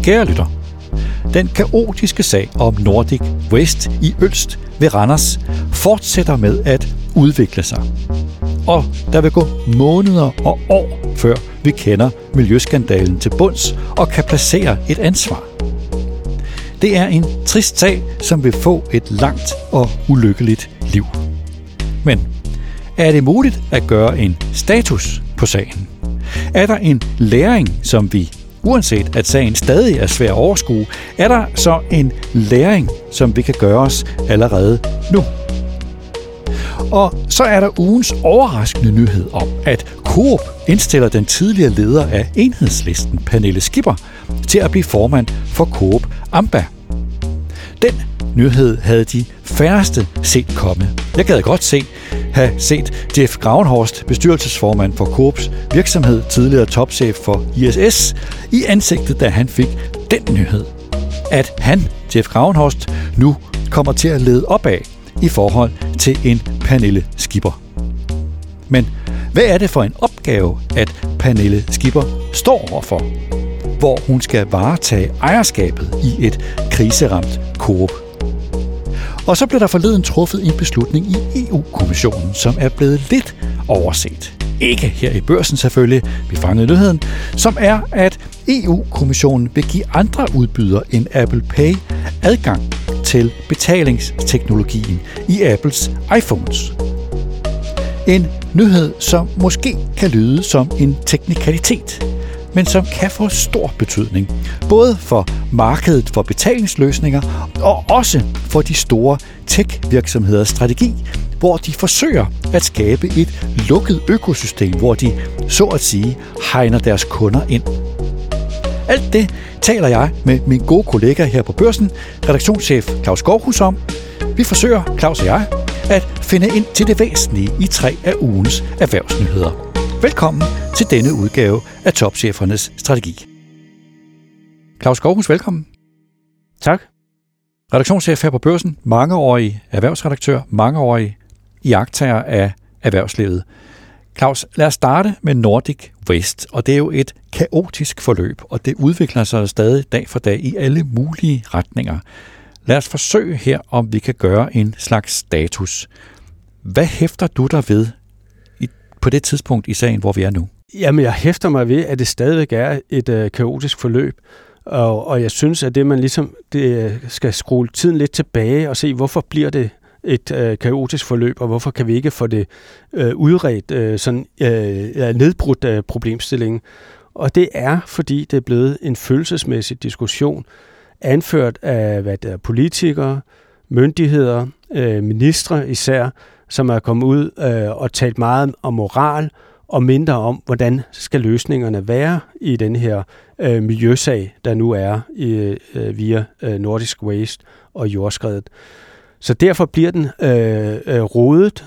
Kære lytter, den kaotiske sag om Nordic Waste i Ølst ved Randers fortsætter med at udvikle sig. Og der vil gå måneder og år, før vi kender miljøskandalen til bunds og kan placere et ansvar. Det er en trist sag, som vil få et langt og ulykkeligt liv. Men er det muligt at gøre en status på sagen? Er der en læring, som vi, uanset at sagen stadig er svær at overskue, er der så en læring, som vi kan gøre os allerede nu? Og så er der ugens overraskende nyhed om, at Coop indstiller den tidligere leder af Enhedslisten, Pernille Skipper, til at blive formand for Coop Amba. Den nyhed havde de færreste set komme. Jeg gad godt have set Jeff Gravenhorst, bestyrelsesformand for Coops virksomhed, tidligere topchef for ISS, i ansigtet, da han fik den nyhed. At han, Jeff Gravenhorst, nu kommer til at lede opad i forhold til en Pernille Skipper. Men hvad er det for en opgave, at Pernille Skipper står overfor, hvor hun skal varetage ejerskabet i et kriseramt Coop? Og så blev der forleden truffet en beslutning i EU-kommissionen, som er blevet lidt overset. Ikke her i Børsen selvfølgelig, vi fangede nyheden, som er, at EU-kommissionen vil give andre udbydere end Apple Pay adgang til betalingsteknologien i Apples iPhones. En nyhed, som måske kan lyde som en teknikalitet, men som kan få stor betydning, både for markedet for betalingsløsninger og også for de store tech-virksomheders strategi, hvor de forsøger at skabe et lukket økosystem, hvor de, så at sige, hegner deres kunder ind. Alt det taler jeg med min gode kollega her på Børsen, redaktionschef Claus Skovhus om. Vi forsøger, Claus og jeg, at finde ind til det væsentlige i 3 af ugens erhvervsnyheder. Velkommen til denne udgave af Topchefernes Strategi. Claus Skovhus, velkommen. Tak. Redaktionschef her på Børsen, mangeårig erhvervsredaktør, mangeårig iagttager af erhvervslivet. Claus, lad os starte med Nordic Waste, og det er jo et kaotisk forløb, og det udvikler sig stadig dag for dag i alle mulige retninger. Lad os forsøge her, om vi kan gøre en slags status. Hvad hæfter du dig ved på det tidspunkt i sagen, hvor vi er nu? Jamen, jeg hæfter mig ved, at det stadigvæk er et kaotisk forløb, og jeg synes, at det man ligesom skal skrue tiden lidt tilbage og se, hvorfor bliver det et kaotisk forløb, og hvorfor kan vi ikke få det udredt, nedbrudt problemstillingen. Og det er, fordi det er blevet en følelsesmæssig diskussion, anført af politikere, myndigheder, ministre især, som er kommet ud og talt meget om moral, og mindre om, hvordan skal løsningerne være i den her miljøsag, der nu er via Nordic Waste og jordskredet. Så derfor bliver den rodet.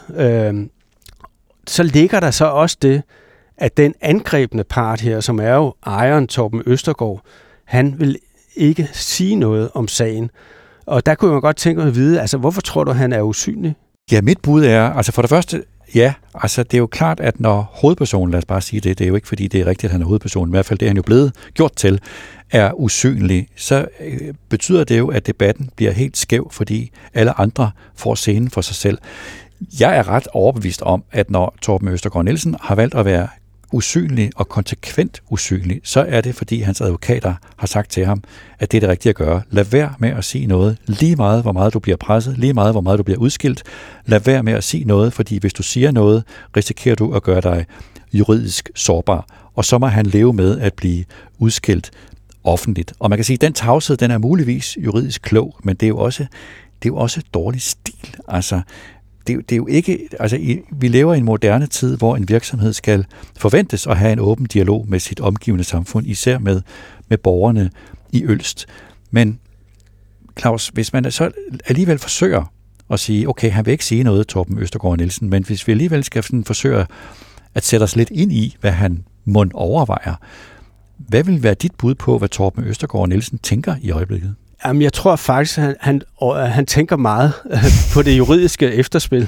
Så ligger der så også det, at den angrebne part her, som er jo ejeren Torben Østergaard, han vil ikke sige noget om sagen. Og der kunne man godt tænke mig at vide, altså hvorfor tror du, han er usynlig? Ja, mit bud er, altså for det første, ja, altså det er jo klart, at når hovedpersonen, lad os bare sige det er jo ikke fordi det er rigtigt, at han er hovedpersonen, i hvert fald det er han jo blevet gjort til, er usynlig, så betyder det jo, at debatten bliver helt skæv, fordi alle andre får scenen for sig selv. Jeg er ret overbevist om, at når Torben Østergaard Nielsen har valgt at være usynlig og konsekvent usynlig, så er det, fordi hans advokater har sagt til ham, at det er det rigtige at gøre. Lad være med at sige noget, lige meget hvor meget du bliver presset, lige meget hvor meget du bliver udskilt. Lad være med at sige noget, fordi hvis du siger noget, risikerer du at gøre dig juridisk sårbar. Og så må han leve med at blive udskilt offentligt. Og man kan sige, at den tavshed, den er muligvis juridisk klog, men det er jo også dårlig stil. Altså, det er jo ikke, altså vi lever i en moderne tid, hvor en virksomhed skal forventes at have en åben dialog med sit omgivende samfund, især med borgerne i Ølst. Men Claus, hvis man så alligevel forsøger at sige, okay, han vil ikke sige noget, Torben Østergaard Nielsen, men hvis vi alligevel skal forsøge at sætte os lidt ind i, hvad han mon overvejer, hvad vil være dit bud på, hvad Torben Østergaard Nielsen tænker i øjeblikket? Jamen, jeg tror faktisk, at han tænker meget på det juridiske efterspil.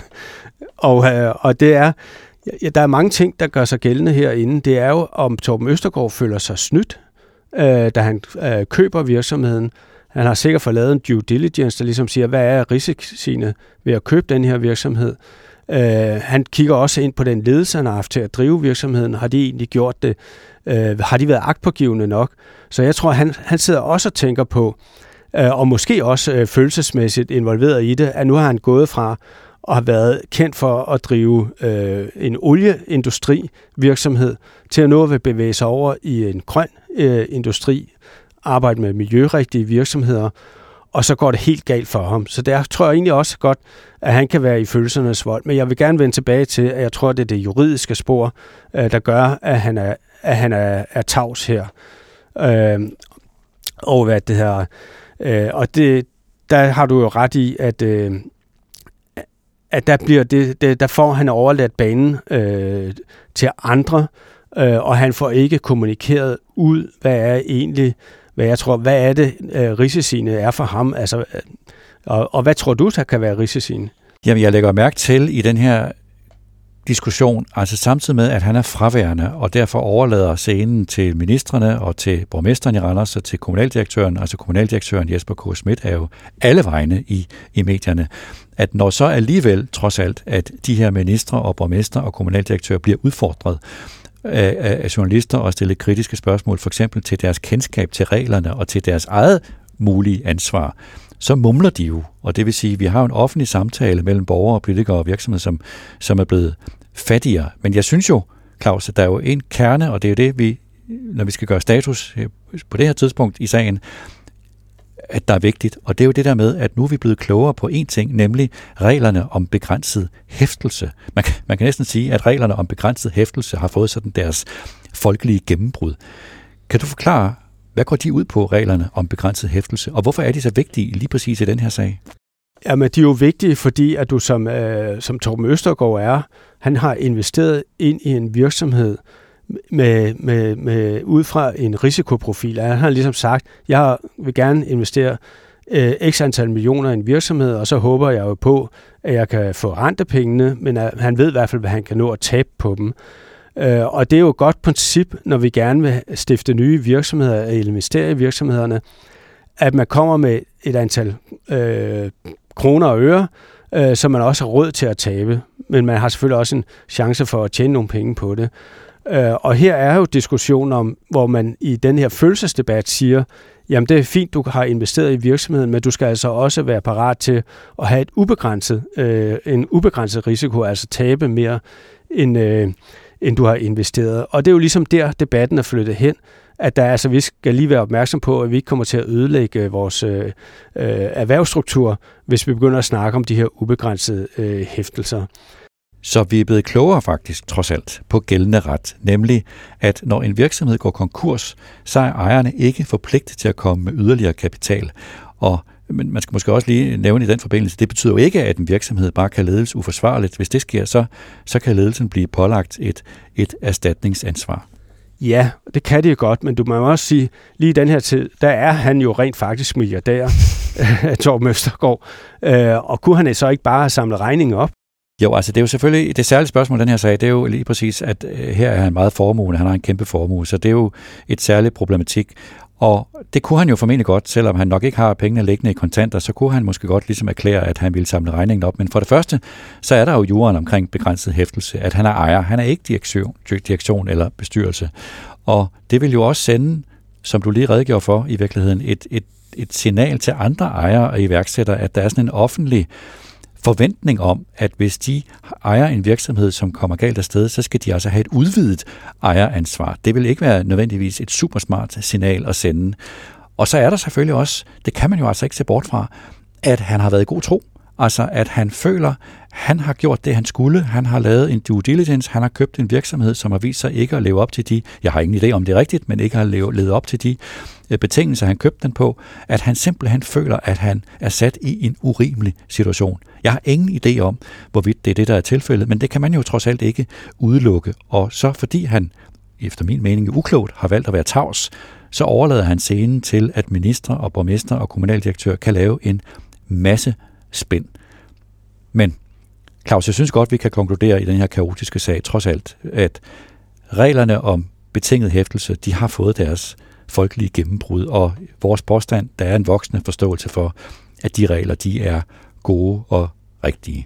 Og det er, der er mange ting, der gør sig gældende herinde. Det er jo, om Torben Østergaard føler sig snydt da han køber virksomheden. Han har sikkert fået lavet en due diligence, der ligesom siger, hvad er risiciene ved at købe den her virksomhed. Han kigger også ind på den ledelse, han har haft til at drive virksomheden. Har de egentlig gjort det? Har de været agtpågivende nok? Så jeg tror, han sidder også og tænker på, og måske også følelsesmæssigt involveret i det, at nu har han gået fra og har været kendt for at drive en olieindustrivirksomhed til at nu vil bevæge sig over i en grøn industri, arbejde med miljørigtige virksomheder, og så går det helt galt for ham. Så der tror jeg egentlig også godt, at han kan være i følelsernes vold. Men jeg vil gerne vende tilbage til, at jeg tror, det er det juridiske spor, der gør, at han er tavs her. Og hvad det her. Og der har du jo ret i, at der får han overladt banen til andre, og han får ikke kommunikeret ud, hvad er det risiciene er for ham, altså, og hvad tror du, der kan være risiciene? Jamen, jeg lægger mærke til i den her diskussion, altså samtidig med, at han er fraværende, og derfor overlader scenen til ministrene og til borgmesteren i Randers og til kommunaldirektøren. Altså kommunaldirektøren Jesper K. Schmidt er jo alle vegne i medierne. At når så alligevel, trods alt, at de her ministre og borgmester og kommunaldirektører bliver udfordret af journalister og stille kritiske spørgsmål, for eksempel til deres kendskab til reglerne og til deres eget mulige ansvar, så mumler de jo. Og det vil sige, at vi har en offentlig samtale mellem borgere, politikere og virksomheder, som er blevet fattigere. Men jeg synes jo, Claus, at der er jo en kerne, og det er jo det, når vi skal gøre status på det her tidspunkt i sagen, at der er vigtigt. Og det er jo det der med, at nu er vi blevet klogere på én ting, nemlig reglerne om begrænset hæftelse. Man kan næsten sige, at reglerne om begrænset hæftelse har fået sådan deres folkelige gennembrud. Kan du forklare, hvad går de ud på, reglerne om begrænset hæftelse, og hvorfor er de så vigtige lige præcis i den her sag? Jamen, de er jo vigtige, fordi at du som Torben Østergaard han har investeret ind i en virksomhed med ud fra en risikoprofil. Han har ligesom sagt, jeg vil gerne investere x antal millioner i en virksomhed, og så håber jeg jo på, at jeg kan få rentepengene, men han ved i hvert fald, hvad han kan nå at tabe på dem. Og det er jo et godt princip, når vi gerne vil stifte nye virksomheder eller investere i virksomhederne, at man kommer med et antal kroner og øre, så man også har råd til at tabe. Men man har selvfølgelig også en chance for at tjene nogle penge på det. Og her er jo diskussion om, hvor man i den her følelsesdebat siger, jamen det er fint, du har investeret i virksomheden, men du skal altså også være parat til at have en ubegrænset risiko, altså tabe mere end du har investeret. Og det er jo ligesom der, debatten er flyttet hen, at vi skal lige være opmærksom på, at vi ikke kommer til at ødelægge vores erhvervsstruktur, hvis vi begynder at snakke om de her ubegrænsede hæftelser. Så vi er blevet klogere faktisk, trods alt, på gældende ret, nemlig at når en virksomhed går konkurs, så er ejerne ikke forpligtet til at komme med yderligere kapital. Men man skal måske også lige nævne i den forbindelse, det betyder jo ikke, at en virksomhed bare kan ledes uforsvarligt. Hvis det sker, så kan ledelsen blive pålagt et erstatningsansvar. Ja, det kan det godt, men du må også sige, lige i den her tid, der er han jo rent faktisk milliardær, Torben Østergaard, og kunne han så ikke bare have samlet regningen op? Jo, altså det er jo selvfølgelig, det særlige spørgsmål den her sag, det er jo lige præcis, at her er han meget formuende, han har en kæmpe formue, så det er jo et særligt problematik. Og det kunne han jo formentlig godt, selvom han nok ikke har pengene liggende i kontanter, så kunne han måske godt ligesom erklære, at han ville samle regningen op. Men for det første, så er der jo juraen omkring begrænset hæftelse, at han er ejer. Han er ikke direktion eller bestyrelse. Og det vil jo også sende, som du lige redegjorde for i virkeligheden, et signal til andre ejere og iværksættere, at der er sådan en offentlig forventning om, at hvis de ejer en virksomhed, som kommer galt afsted, så skal de altså have et udvidet ejeransvar. Det vil ikke være nødvendigvis et supersmart signal at sende. Og så er der selvfølgelig også, det kan man jo altså ikke se bort fra, at han har været i god tro. Altså at han føler, han har gjort det, han skulle. Han har lavet en due diligence. Han har købt en virksomhed, som har vist sig ikke at leve op til de, jeg har ingen idé om det er rigtigt, men ikke har levet op til de betingelser, han købte den på. At han simpelthen føler, at han er sat i en urimelig situation. Jeg har ingen idé om, hvorvidt det er det, der er tilfældet, men det kan man jo trods alt ikke udelukke. Og så fordi han, efter min mening uklogt, har valgt at være tavs, så overlader han scenen til, at ministre og borgmester og kommunaldirektør kan lave en masse spænd. Men Claus, jeg synes godt, vi kan konkludere i den her kaotiske sag, trods alt, at reglerne om betinget hæftelse, de har fået deres folkelige gennembrud, og vores påstand, der er en voksende forståelse for, at de regler, de er gode og rigtige.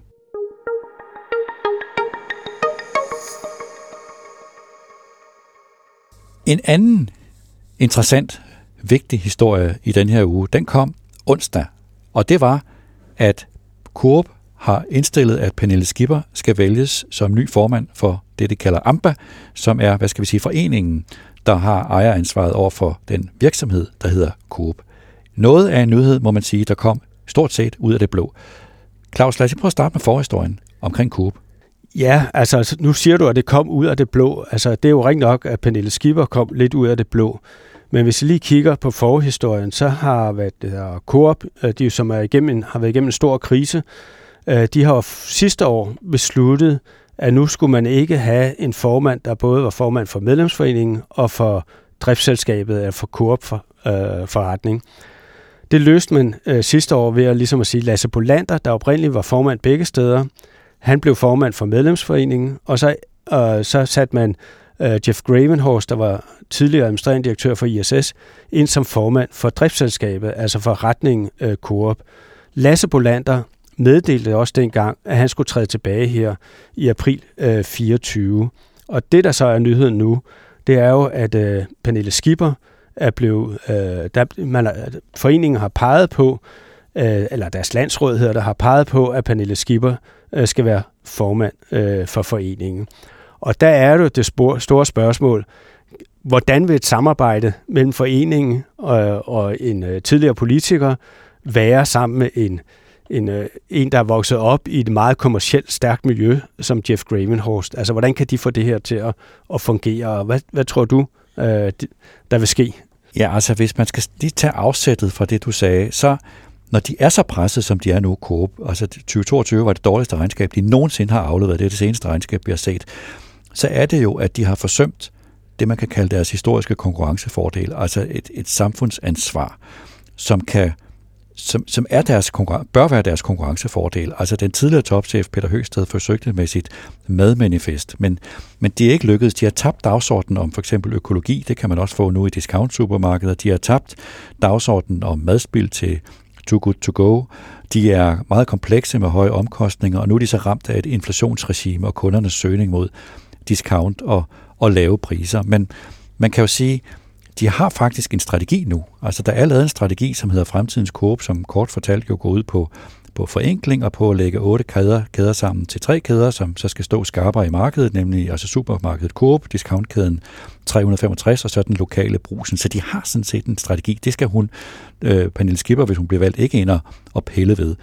En anden interessant, vigtig historie i den her uge, den kom onsdag, og det var, at Coop har indstillet, at Pernille Skipper skal vælges som ny formand for det, de kalder AMBA, som er, foreningen, der har ejeransvaret over for den virksomhed, der hedder Coop. Noget af en nyhed, må man sige, der kom stort set ud af det blå. Claus, lad os prøve at starte med forhistorien omkring Coop. Ja, altså nu siger du, at det kom ud af det blå. Altså det er jo rigtig nok, at Pernille Skipper kom lidt ud af det blå. Men hvis vi lige kigger på forhistorien, så har Coop, de som har været igennem en stor krise, de har sidste år besluttet, at nu skulle man ikke have en formand, der både var formand for medlemsforeningen og for driftsselskabet, eller for Coop forretning. Det løste man sidste år ved at, ligesom at sige, Lasse Bolander, der oprindeligt var formand begge steder. Han blev formand for medlemsforeningen, og så satte man Jeff Gravenhorst, der var tidligere administrerende direktør for ISS, ind som formand for driftsselskabet, altså forretningen Coop. Lasse Bolander meddelte også dengang, at han skulle træde tilbage her i april 24. Og det, der så er nyheden nu, det er jo, at Pernille Skipper er blevet... foreningen har peget på, eller deres landsråd hedder, der har peget på, at Pernille Skipper skal være formand for foreningen. Og der er det store spørgsmål, hvordan vil et samarbejde mellem foreningen og en tidligere politiker være sammen med en, der er vokset op i et meget kommercielt stærkt miljø, som Jeff Gravenhorst. Altså, hvordan kan de få det her til at fungere? Og hvad tror du, der vil ske? Ja, altså, hvis man skal lige tage afsættet fra det, du sagde, så når de er så presset, som de er nu, Coop, altså 2022 var det dårligste regnskab, de nogensinde har afleveret, det er det seneste regnskab, vi har set, så er det jo, at de har forsømt det, man kan kalde deres historiske konkurrencefordel, altså et samfundsansvar, som er bør være deres konkurrencefordel. Altså den tidligere topchef Peter Høgsted forsøgte med sit madmanifest, men det er ikke lykkedes. De har tabt dagsordenen om for eksempel økologi, det kan man også få nu i discount-supermarkeder. De har tabt dagsordenen om madspild til Too Good To Go. De er meget komplekse med høje omkostninger, og nu er de så ramt af et inflationsregime og kundernes søgning mod discount og lave priser. Men man kan jo sige, de har faktisk en strategi nu. Altså, der er lavet en strategi, som hedder Fremtidens Coop, som kort fortalt jo går ud på forenkling og på at lægge 8 kæder sammen til 3 kæder, som så skal stå skarpere i markedet, nemlig altså supermarkedet Coop, discountkæden 365 og så den lokale Brugsen. Så de har sådan set en strategi. Det skal hun, Pernille Skipper, hvis hun bliver valgt, ikke ind og pille ved.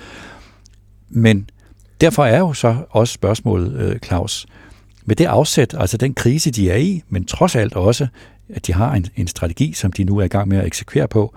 Men derfor er jo så også spørgsmålet, Claus, med det afsæt, altså den krise, de er i, men trods alt også, at de har en strategi, som de nu er i gang med at eksekvere på.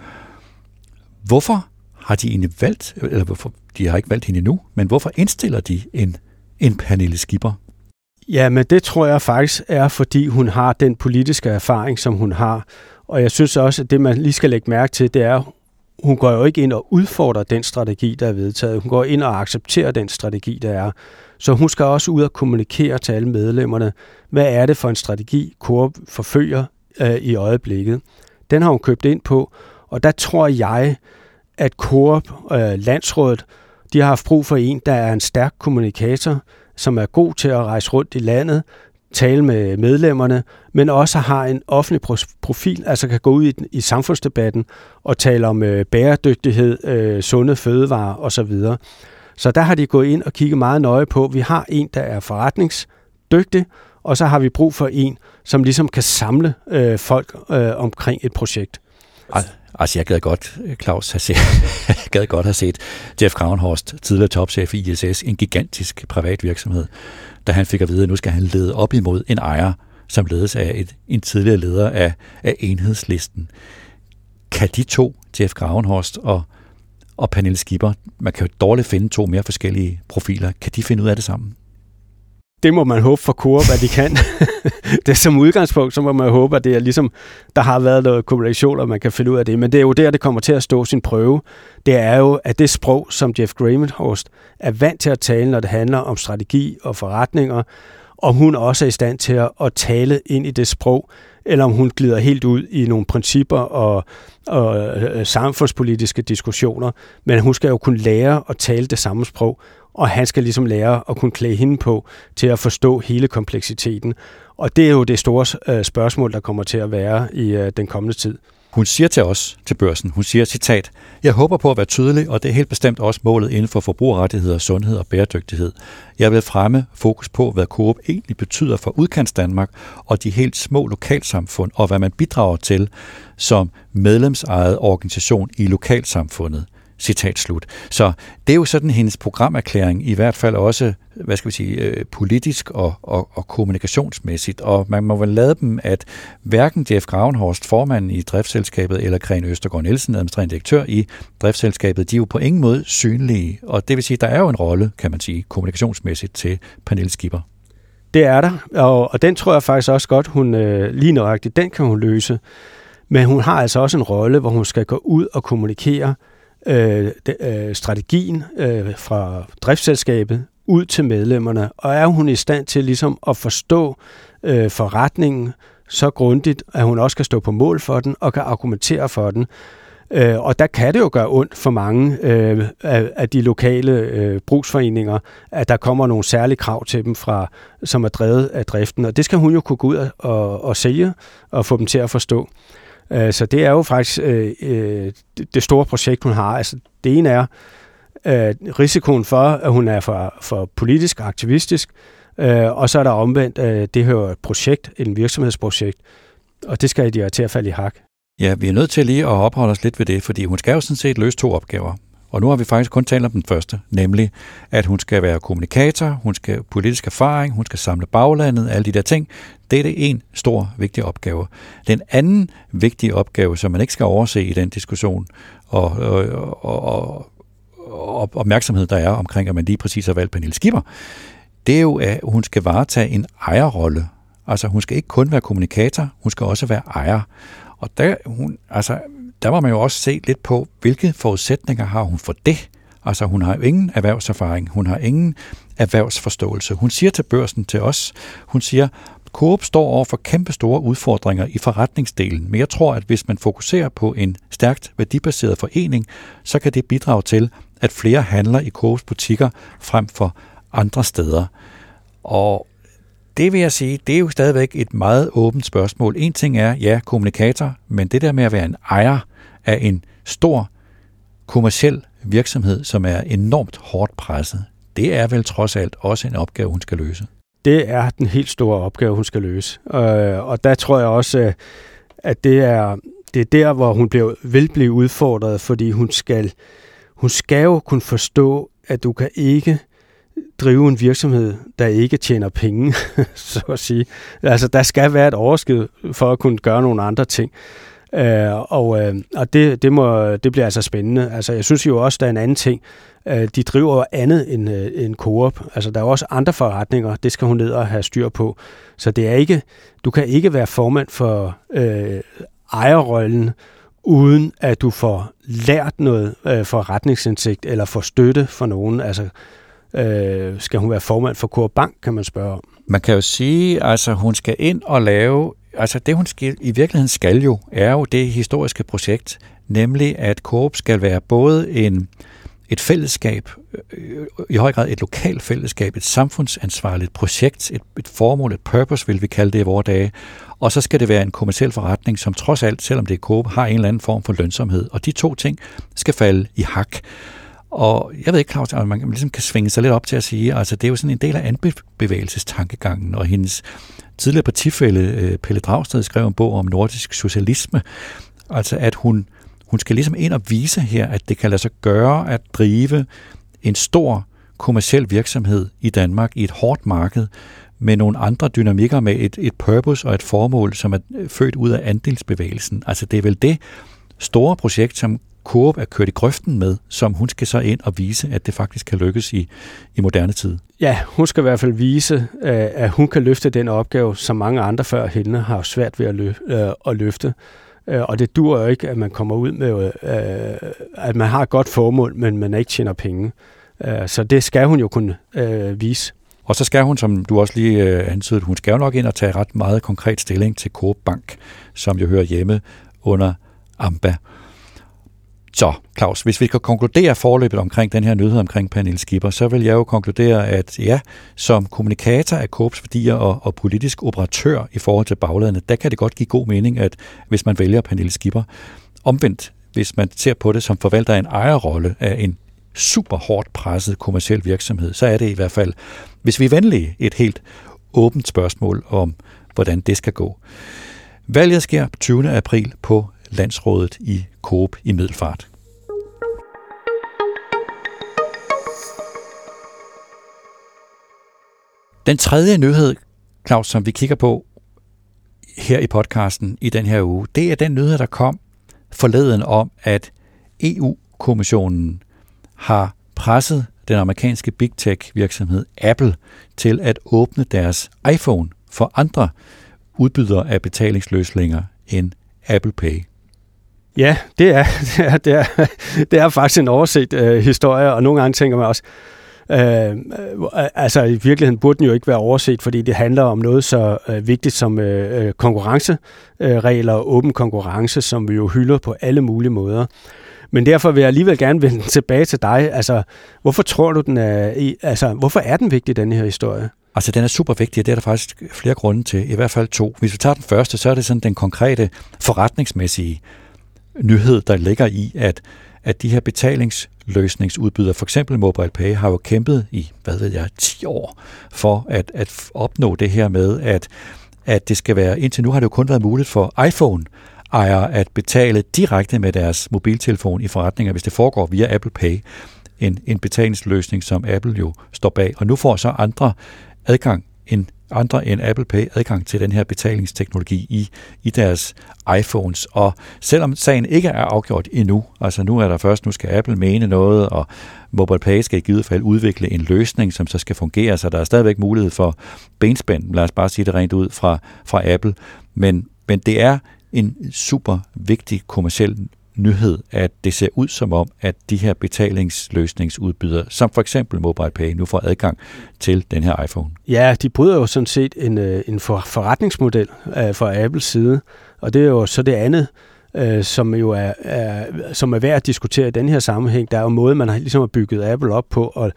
Hvorfor har de egentlig valgt, eller hvorfor, de har ikke valgt hende endnu, men hvorfor indstiller de en Pernille Skipper? Ja, men det tror jeg faktisk er, fordi hun har den politiske erfaring, som hun har. Og jeg synes også, at det, man lige skal lægge mærke til, det er, hun går jo ikke ind og udfordrer den strategi, der er vedtaget. Hun går ind og accepterer den strategi, der er. Så hun skal også ud og kommunikere til alle medlemmerne. Hvad er det for en strategi, Coop forfølger i øjeblikket? Den har hun købt ind på, og der tror jeg, at Coop, landsrådet, de har haft brug for en, der er en stærk kommunikator, som er god til at rejse rundt i landet, tale med medlemmerne, men også har en offentlig profil, altså kan gå ud i samfundsdebatten og tale om bæredygtighed, sunde fødevarer osv. Så der har de gået ind og kigget meget nøje på, vi har en, der er forretningsdygtig, og så har vi brug for en, som ligesom kan samle folk omkring et projekt. Altså, jeg gad godt, Claus, have set Jeff Gravenhorst, tidligere topchef i ISS, en gigantisk privat virksomhed, da han fik at vide, at nu skal han lede op imod en ejer, som ledes af en tidligere leder af Enhedslisten. Kan de to, Jeff Gravenhorst og Pernille Skipper, man kan jo dårligt finde 2 mere forskellige profiler, kan de finde ud af det sammen? Det må man håbe for Coop, at de kan. Det er som udgangspunkt, så må man håbe, at det er ligesom, der har været noget kommunikation, og man kan finde ud af det. Men det er jo der, det kommer til at stå sin prøve. Det er jo, at det sprog, som Jeff Gravenhorst er vant til at tale, når det handler om strategi og forretninger, om hun også er i stand til at tale ind i det sprog, eller om hun glider helt ud i nogle principper og samfundspolitiske diskussioner. Men hun skal jo kunne lære at tale det samme sprog, og han skal ligesom lære at kunne klæde hende på til at forstå hele kompleksiteten. Og det er jo det store spørgsmål, der kommer til at være i den kommende tid. Hun siger til os, til Børsen, hun siger, citat, jeg håber på at være tydelig, og det er helt bestemt også målet inden for forbrugerrettigheder, sundhed og bæredygtighed. Jeg vil fremme fokus på, hvad Coop egentlig betyder for udkants Danmark og de helt små lokalsamfund, og hvad man bidrager til som medlemsejet organisation i lokalsamfundet. Citat slut. Så det er jo sådan hendes programerklæring, i hvert fald også, hvad skal vi sige, politisk og kommunikationsmæssigt. Og man må vel lade dem, at hverken Jeff Gravenhorst, formanden i driftsselskabet, eller Gren Østergaard Nielsen, administrerende direktør i driftsselskabet, de er jo på ingen måde synlige. Og det vil sige, at der er jo en rolle, kan man sige, kommunikationsmæssigt til Pernille Skipper. Det er der, og den tror jeg faktisk også godt, hun lige nøjagtigt, den kan hun løse. Men hun har altså også en rolle, hvor hun skal gå ud og kommunikere strategien fra driftsselskabet ud til medlemmerne, og er hun i stand til ligesom at forstå forretningen så grundigt, at hun også kan stå på mål for den og kan argumentere for den. Og der kan det jo gøre ondt for mange af de lokale brugsforeninger, at der kommer nogle særlige krav til dem, som er drevet af driften, og det skal hun jo kunne gå ud og sælge og få dem til at forstå. Så det er jo faktisk det store projekt, hun har. Altså, det ene er risikoen for, at hun er for politisk aktivistisk, og så er der omvendt, det her et projekt, en virksomhedsprojekt, og det skal de have til at falde i hak. Ja, vi er nødt til lige at opholde os lidt ved det, fordi hun skal jo sådan set løse 2 opgaver. Og nu har vi faktisk kun talt om den første, nemlig at hun skal være kommunikator, hun skal have politisk erfaring, hun skal samle baglandet, alle de der ting. Det er det en stor, vigtig opgave. Den anden vigtige opgave, som man ikke skal overse i den diskussion og opmærksomhed, der er omkring, at man lige præcis har valgt Pernille Skipper, det er jo, at hun skal varetage en ejerrolle. Altså hun skal ikke kun være kommunikator, hun skal også være ejer. Og der må man jo også se lidt på, hvilke forudsætninger har hun for det. Altså hun har jo ingen erhvervserfaring, hun har ingen erhvervsforståelse. Hun siger til Børsen, til os, hun siger, Coop står over for kæmpe store udfordringer i forretningsdelen, men jeg tror, at hvis man fokuserer på en stærkt værdibaseret forening, så kan det bidrage til, at flere handler i Coops butikker frem for andre steder. Og det vil jeg sige, det er jo stadigvæk et meget åbent spørgsmål. En ting er, ja, kommunikator, men det der med at være en ejer af en stor kommerciel virksomhed, som er enormt hårdt presset, det er vel trods alt også en opgave, hun skal løse. Det er den helt store opgave, hun skal løse. Og der tror jeg også, at det er der, hvor hun vil blive udfordret, fordi hun skal jo kunne forstå, at du kan ikke drive en virksomhed, der ikke tjener penge, så at sige. Altså, der skal være et overskud for at kunne gøre nogle andre ting. Og det bliver altså spændende. Altså, jeg synes jo også, der er en anden ting. De driver andet end Coop. Altså, der er også andre forretninger. Det skal hun ned og have styr på. Så det er ikke, du kan ikke være formand for ejerrollen, uden at du får lært noget forretningsindsigt, eller får støtte for nogen. Altså, skal hun være formand for Coop Bank, kan man spørge om. Man kan jo sige, altså hun skal ind og lave, altså det hun i virkeligheden skal jo, er jo det historiske projekt, nemlig at Coop skal være både et fællesskab, i høj grad et lokalt fællesskab, et samfundsansvarligt projekt, et formål, et purpose, vil vi kalde det i vore dage, og så skal det være en kommerciel forretning, som trods alt, selvom det er Coop, har en eller anden form for lønsomhed, og de 2 ting skal falde i hak. Og jeg ved ikke, Claus, at man ligesom kan svinge sig lidt op til at sige, altså det er jo sådan en del af anbevægelsestankegangen, og hendes tidligere partifælle Pelle Dragsted skrev en bog om nordisk socialisme, altså at hun skal ligesom ind og vise her, at det kan lade sig gøre at drive en stor kommerciel virksomhed i Danmark i et hårdt marked med nogle andre dynamikker med et purpose og et formål, som er født ud af andelsbevægelsen. Altså det er vel det store projekt, som Coop er kørt i grøften med, som hun skal så ind og vise, at det faktisk kan lykkes i moderne tid. Ja, hun skal i hvert fald vise, at hun kan løfte den opgave, som mange andre før hende har svært ved at løfte. Og det dur jo ikke, at man kommer ud med, at man har et godt formål, men man ikke tjener penge. Så det skal hun jo kunne vise. Og så skal hun, som du også lige antydede, hun skal jo nok ind og tage ret meget konkret stilling til Coop Bank, som jo hører hjemme under Amba. Så, Claus, hvis vi kan konkludere forløbet omkring den her nyhed omkring Pernille Skipper, så vil jeg jo konkludere, at ja, som kommunikator af Coops værdier og politisk operatør i forhold til bagladene, der kan det godt give god mening, at hvis man vælger Pernille Skipper. Omvendt, hvis man ser på det som forvalter en ejerrolle af en super hårdt presset kommerciel virksomhed, så er det i hvert fald, hvis vi er venlige, et helt åbent spørgsmål om, hvordan det skal gå. Valget sker 20. april på landsrådet i Coop i Middelfart. Den tredje nyhed, Claus, som vi kigger på her i podcasten i den her uge, det er den nyhed, der kom forleden om, at EU-kommissionen har presset den amerikanske big tech-virksomhed Apple til at åbne deres iPhone for andre udbydere af betalingsløsninger end Apple Pay. Ja, det er faktisk en overset historie, og nogle gange tænker man også, altså i virkeligheden burde den jo ikke være overset, fordi det handler om noget så vigtigt som konkurrenceregler og åben konkurrence, som vi jo hylder på alle mulige måder. Men derfor vil jeg alligevel gerne vende tilbage til dig. Altså, hvorfor tror du, hvorfor er den vigtig, den her historie? Altså, den er super vigtig, og det er der faktisk flere grunde til, i hvert fald 2. Hvis vi tager den første, så er det sådan den konkrete forretningsmæssige nyhed, der ligger i, at de her betalingsløsningsudbydere, for eksempel MobilePay, har jo kæmpet i, 10 år for at opnå det her med, at det skal være, indtil nu har det jo kun været muligt for iPhone-ejere at betale direkte med deres mobiltelefon i forretninger, hvis det foregår via Apple Pay, en betalingsløsning, som Apple jo står bag. Og nu får så andre end Apple Pay adgang til den her betalingsteknologi i deres iPhones. Og selvom sagen ikke er afgjort endnu, altså nu skal Apple mene noget, og MobilePay skal i givet fald udvikle en løsning, som så skal fungere, så der er stadigvæk mulighed for benspænd, lad os bare sige det rent ud fra Apple. Men det er en super vigtig kommerciel nyhed, at det ser ud som om, at de her betalingsløsningsudbydere, som for eksempel MobilePay, nu får adgang til den her iPhone. Ja, de bryder jo sådan set en forretningsmodel fra Apples side, og det er jo så det andet, som jo er værd at diskutere i den her sammenhæng. Der er jo en måde, man har ligesom bygget Apple op på at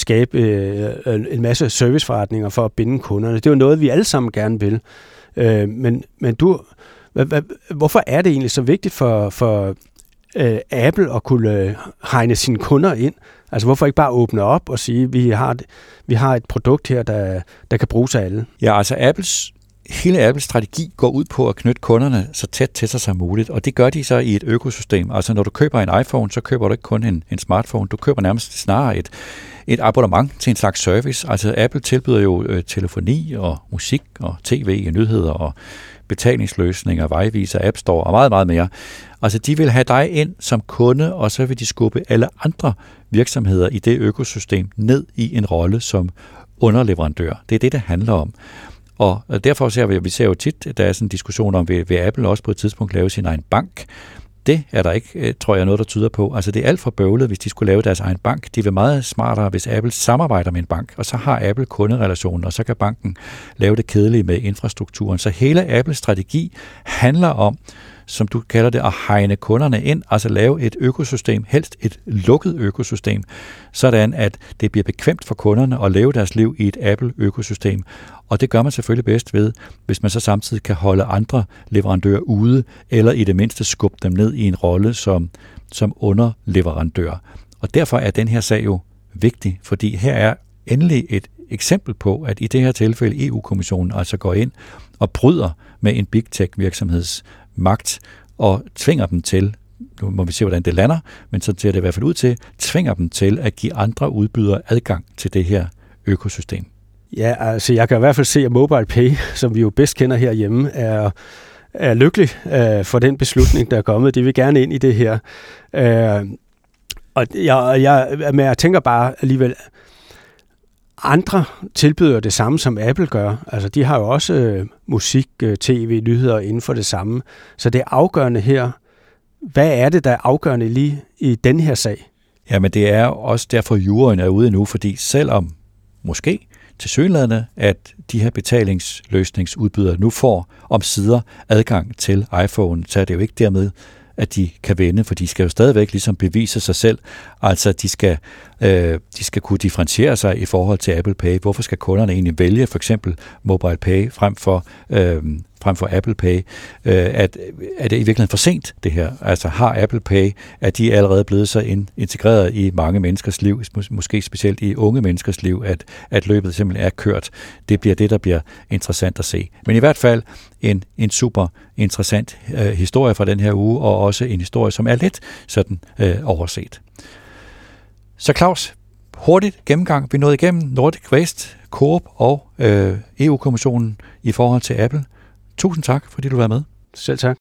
skabe en masse serviceforretninger for at binde kunderne. Det er jo noget, vi alle sammen gerne vil. Men hvorfor er det egentlig så vigtigt for Apple at kunne hegne sine kunder ind? Altså hvorfor ikke bare åbne op og sige, at vi har et produkt her, der kan bruges af alle? Ja, altså hele Apples strategi går ud på at knytte kunderne så tæt til sig som muligt, og det gør de så i et økosystem. Altså når du køber en iPhone, så køber du ikke kun en smartphone, du køber nærmest snarere et abonnement til en slags service. Altså Apple tilbyder jo telefoni og musik og tv og nyheder og betalingsløsninger, vejviser, App Store og meget, meget mere. Altså de vil have dig ind som kunde, og så vil de skubbe alle andre virksomheder i det økosystem ned i en rolle som underleverandør. Det er det handler om. Og derfor ser jo tit, der er sådan en diskussion om, vil Apple også på et tidspunkt lave sin egen bank? Det er der ikke, tror jeg, noget, der tyder på. Altså det er alt for bøvlet, hvis de skulle lave deres egen bank. De vil meget smartere, hvis Apple samarbejder med en bank, og så har Apple kunderelationen, og så kan banken lave det kedelige med infrastrukturen. Så hele Apples strategi handler om, som du kalder det, at hegne kunderne ind, altså lave et økosystem, helst et lukket økosystem, sådan at det bliver bekvemt for kunderne at leve deres liv i et Apple-økosystem. Og det gør man selvfølgelig bedst ved, hvis man så samtidig kan holde andre leverandører ude, eller i det mindste skubbe dem ned i en rolle som underleverandør. Og derfor er den her sag jo vigtig, fordi her er endelig et eksempel på, at i det her tilfælde EU-kommissionen altså går ind og bryder med en big tech-virksomheds magt og tvinger dem til, nu må vi se, hvordan det lander, men så ser det i hvert fald ud til, tvinger dem til at give andre udbydere adgang til det her økosystem. Ja, altså jeg kan i hvert fald se, at MobilePay, som vi jo bedst kender herhjemme, er lykkelig for den beslutning, der er kommet. De vil gerne ind i det her. Og jeg tænker bare alligevel, andre tilbyder det samme, som Apple gør. Altså, de har jo også musik, tv, nyheder inden for det samme. Så det er afgørende her. Hvad er det, der er afgørende lige i den her sag? Jamen, det er også derfor, juryen er ude nu, fordi selvom måske tilsyneladende, at de her betalingsløsningsudbydere nu får omsider adgang til iPhone, så er det jo ikke dermed, at de kan vinde, for de skal jo stadigvæk ligesom bevise sig selv. Altså, de skal kunne differentiere sig i forhold til Apple Pay. Hvorfor skal kunderne egentlig vælge for eksempel Mobile Pay frem for Apple Pay? Er det i virkeligheden for sent, det her? Altså, har Apple Pay, er de allerede blevet så integreret i mange menneskers liv, måske specielt i unge menneskers liv, at løbet simpelthen er kørt? Det bliver det, der bliver interessant at se. Men i hvert fald en super interessant historie fra den her uge, og også en historie, som er lidt sådan overset. Så Claus, hurtigt gennemgang. Vi nåede igennem Nordic Waste, Coop og EU-kommissionen i forhold til Apple. Tusind tak, fordi du var med. Selv tak.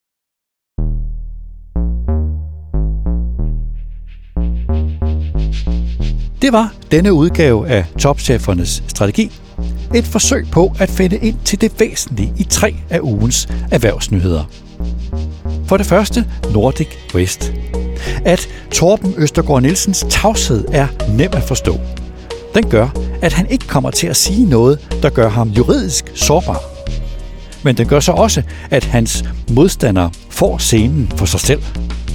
Det var denne udgave af Topchefernes Strategi. Et forsøg på at finde ind til det væsentlige i 3 af ugens erhvervsnyheder. For det første Nordic Waste. At Torben Østergaard Nielsens tavshed er nem at forstå. Den gør, at han ikke kommer til at sige noget, der gør ham juridisk sårbar. Men den gør så også, at hans modstandere får scenen for sig selv.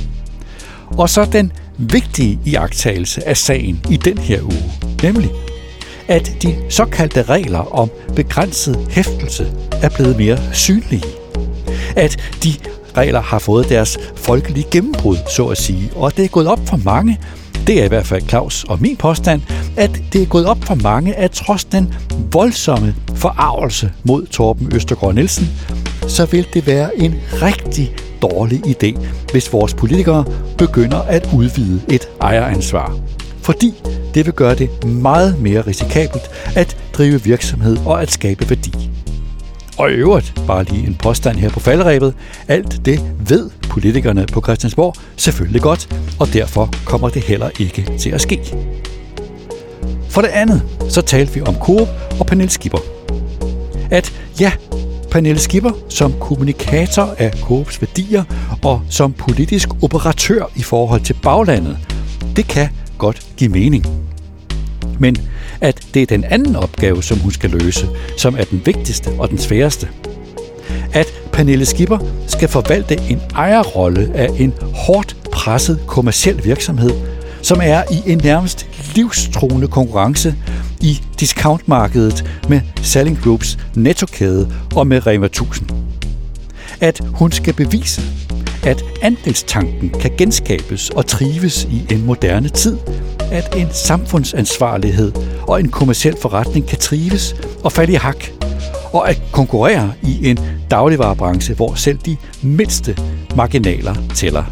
Og så den vigtige iagttagelse af sagen i den her uge, nemlig at de såkaldte regler om begrænset hæftelse er blevet mere synlige. At de regler har fået deres folkelige gennembrud, så at sige, og det er gået op for mange, det er i hvert fald Claus og min påstand, at det er gået op for mange, at trods den voldsomme forargelse mod Torben Østergaard Nielsen, så vil det være en rigtig dårlig idé, hvis vores politikere begynder at udvide et ejeransvar. Fordi det vil gøre det meget mere risikabelt at drive virksomhed og at skabe værdi. Og i øvrigt, bare lige en påstand her på falderebet, alt det ved politikerne på Christiansborg selvfølgelig godt, og derfor kommer det heller ikke til at ske. For det andet, så talte vi om Coop og Pernille Skipper. At ja, Pernille Skipper som kommunikator af Coops værdier og som politisk operatør i forhold til baglandet, det kan godt give mening. Men at det er den anden opgave, som hun skal løse, som er den vigtigste og den sværeste. At Pernille Skipper skal forvalte en ejerrolle af en hårdt presset kommerciel virksomhed, som er i en nærmest livstruende konkurrence i discountmarkedet med Salling Groups Nettokæde og med Rema 1000. At hun skal bevise, at andelstanken kan genskabes og trives i en moderne tid, at en samfundsansvarlighed og en kommerciel forretning kan trives og falde i hak, og at konkurrere i en dagligvarebranche, hvor selv de mindste marginaler tæller.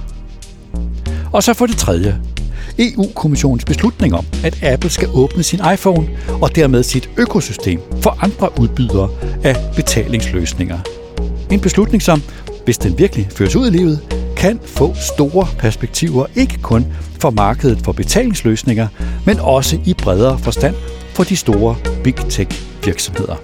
Og så for det tredje, EU-kommissionens beslutning om, at Apple skal åbne sin iPhone og dermed sit økosystem for andre udbydere af betalingsløsninger. En beslutning, som, hvis den virkelig føres ud i livet, kan få store perspektiver, ikke kun for markedet for betalingsløsninger, men også i bredere forstand for de store big tech virksomheder.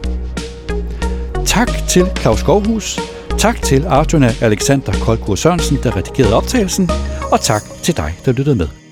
Tak til Claus Skovhus, tak til Arjuna Alexander Koldgaard Sørensen, der redigerede optagelsen, og tak til dig, der lyttede med.